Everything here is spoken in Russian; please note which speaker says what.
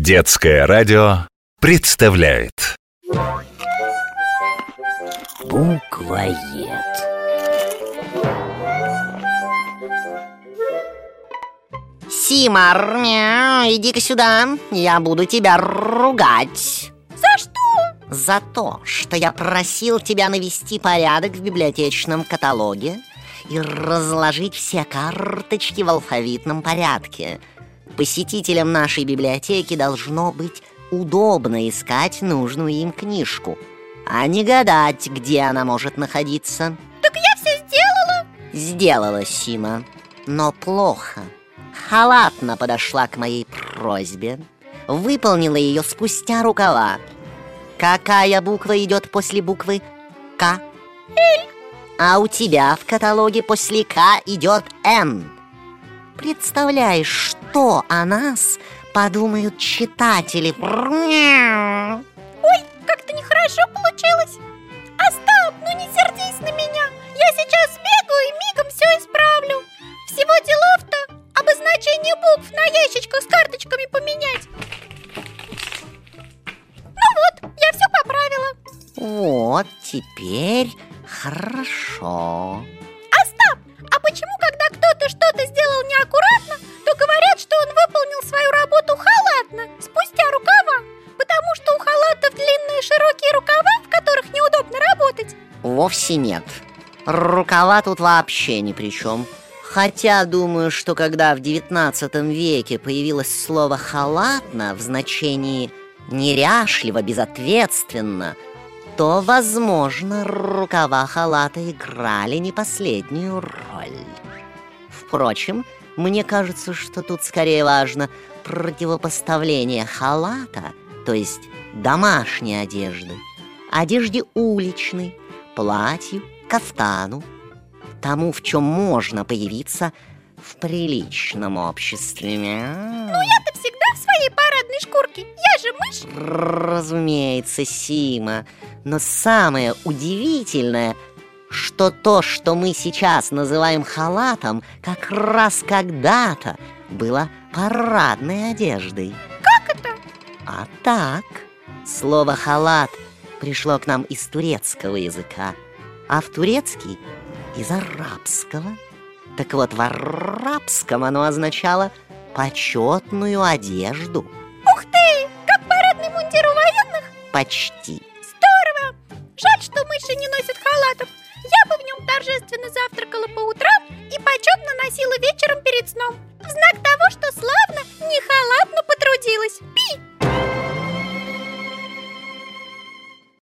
Speaker 1: Детское радио представляет
Speaker 2: Буквоед.
Speaker 3: Симар, иди-ка сюда, я буду тебя ругать.
Speaker 4: За что?
Speaker 3: За то, что я просил тебя навести порядок в библиотечном каталоге и разложить все карточки в алфавитном порядке. Посетителям нашей библиотеки должно быть удобно искать нужную им книжку, а не гадать, где она может находиться.
Speaker 4: Так я все сделала.
Speaker 3: Сделала, Сима, но плохо. Халатно подошла к моей просьбе, выполнила ее спустя рукава. Какая буква идет после буквы К?
Speaker 4: Л.
Speaker 3: А у тебя в каталоге после К идет Н. Представляешь, что о нас подумают читатели?
Speaker 4: Ой, как-то нехорошо получилось. Остап, ну не сердись на меня. Я сейчас сбегаю и мигом все исправлю. Всего делов-то обозначение букв на ящичках с карточками поменять. Ну вот, я все поправила.
Speaker 3: Вот, теперь хорошо.
Speaker 4: Остап, а почему, когда кто-то что-то сделал неаккуратно, то говорят, что он выполнил свою работу халатно, спустя рукава? Потому что у халатов длинные широкие рукава, в которых неудобно работать.
Speaker 3: Вовсе нет. Рукава тут вообще ни при чем. Хотя думаю, что когда в 19 веке появилось слово «халатно» в значении «неряшливо», «безответственно», то, возможно, рукава халата играли не последнюю роль. Впрочем, мне кажется, что тут скорее важно противопоставление халата, то есть домашней одежды, одежде уличной, платью, кафтану, тому, в чем можно появиться в приличном обществе.
Speaker 4: Ну я-то всегда в своей парадной шкурке, я же мышь.
Speaker 3: Разумеется, Сима, но самое удивительное, что то, что мы сейчас называем халатом, как раз когда-то было парадной одеждой.
Speaker 4: Как это?
Speaker 3: А так, слово «халат» пришло к нам из турецкого языка, а в турецкий — из арабского. Так вот, в арабском оно означало почетную одежду.
Speaker 4: Ух ты, как парадный мундир у военных?
Speaker 3: Почти.
Speaker 4: Здорово! Жаль, что мыши не носят халатов. Я бы в нем торжественно завтракала по утрам и почетно носила вечером перед сном. В знак того, что славно не халат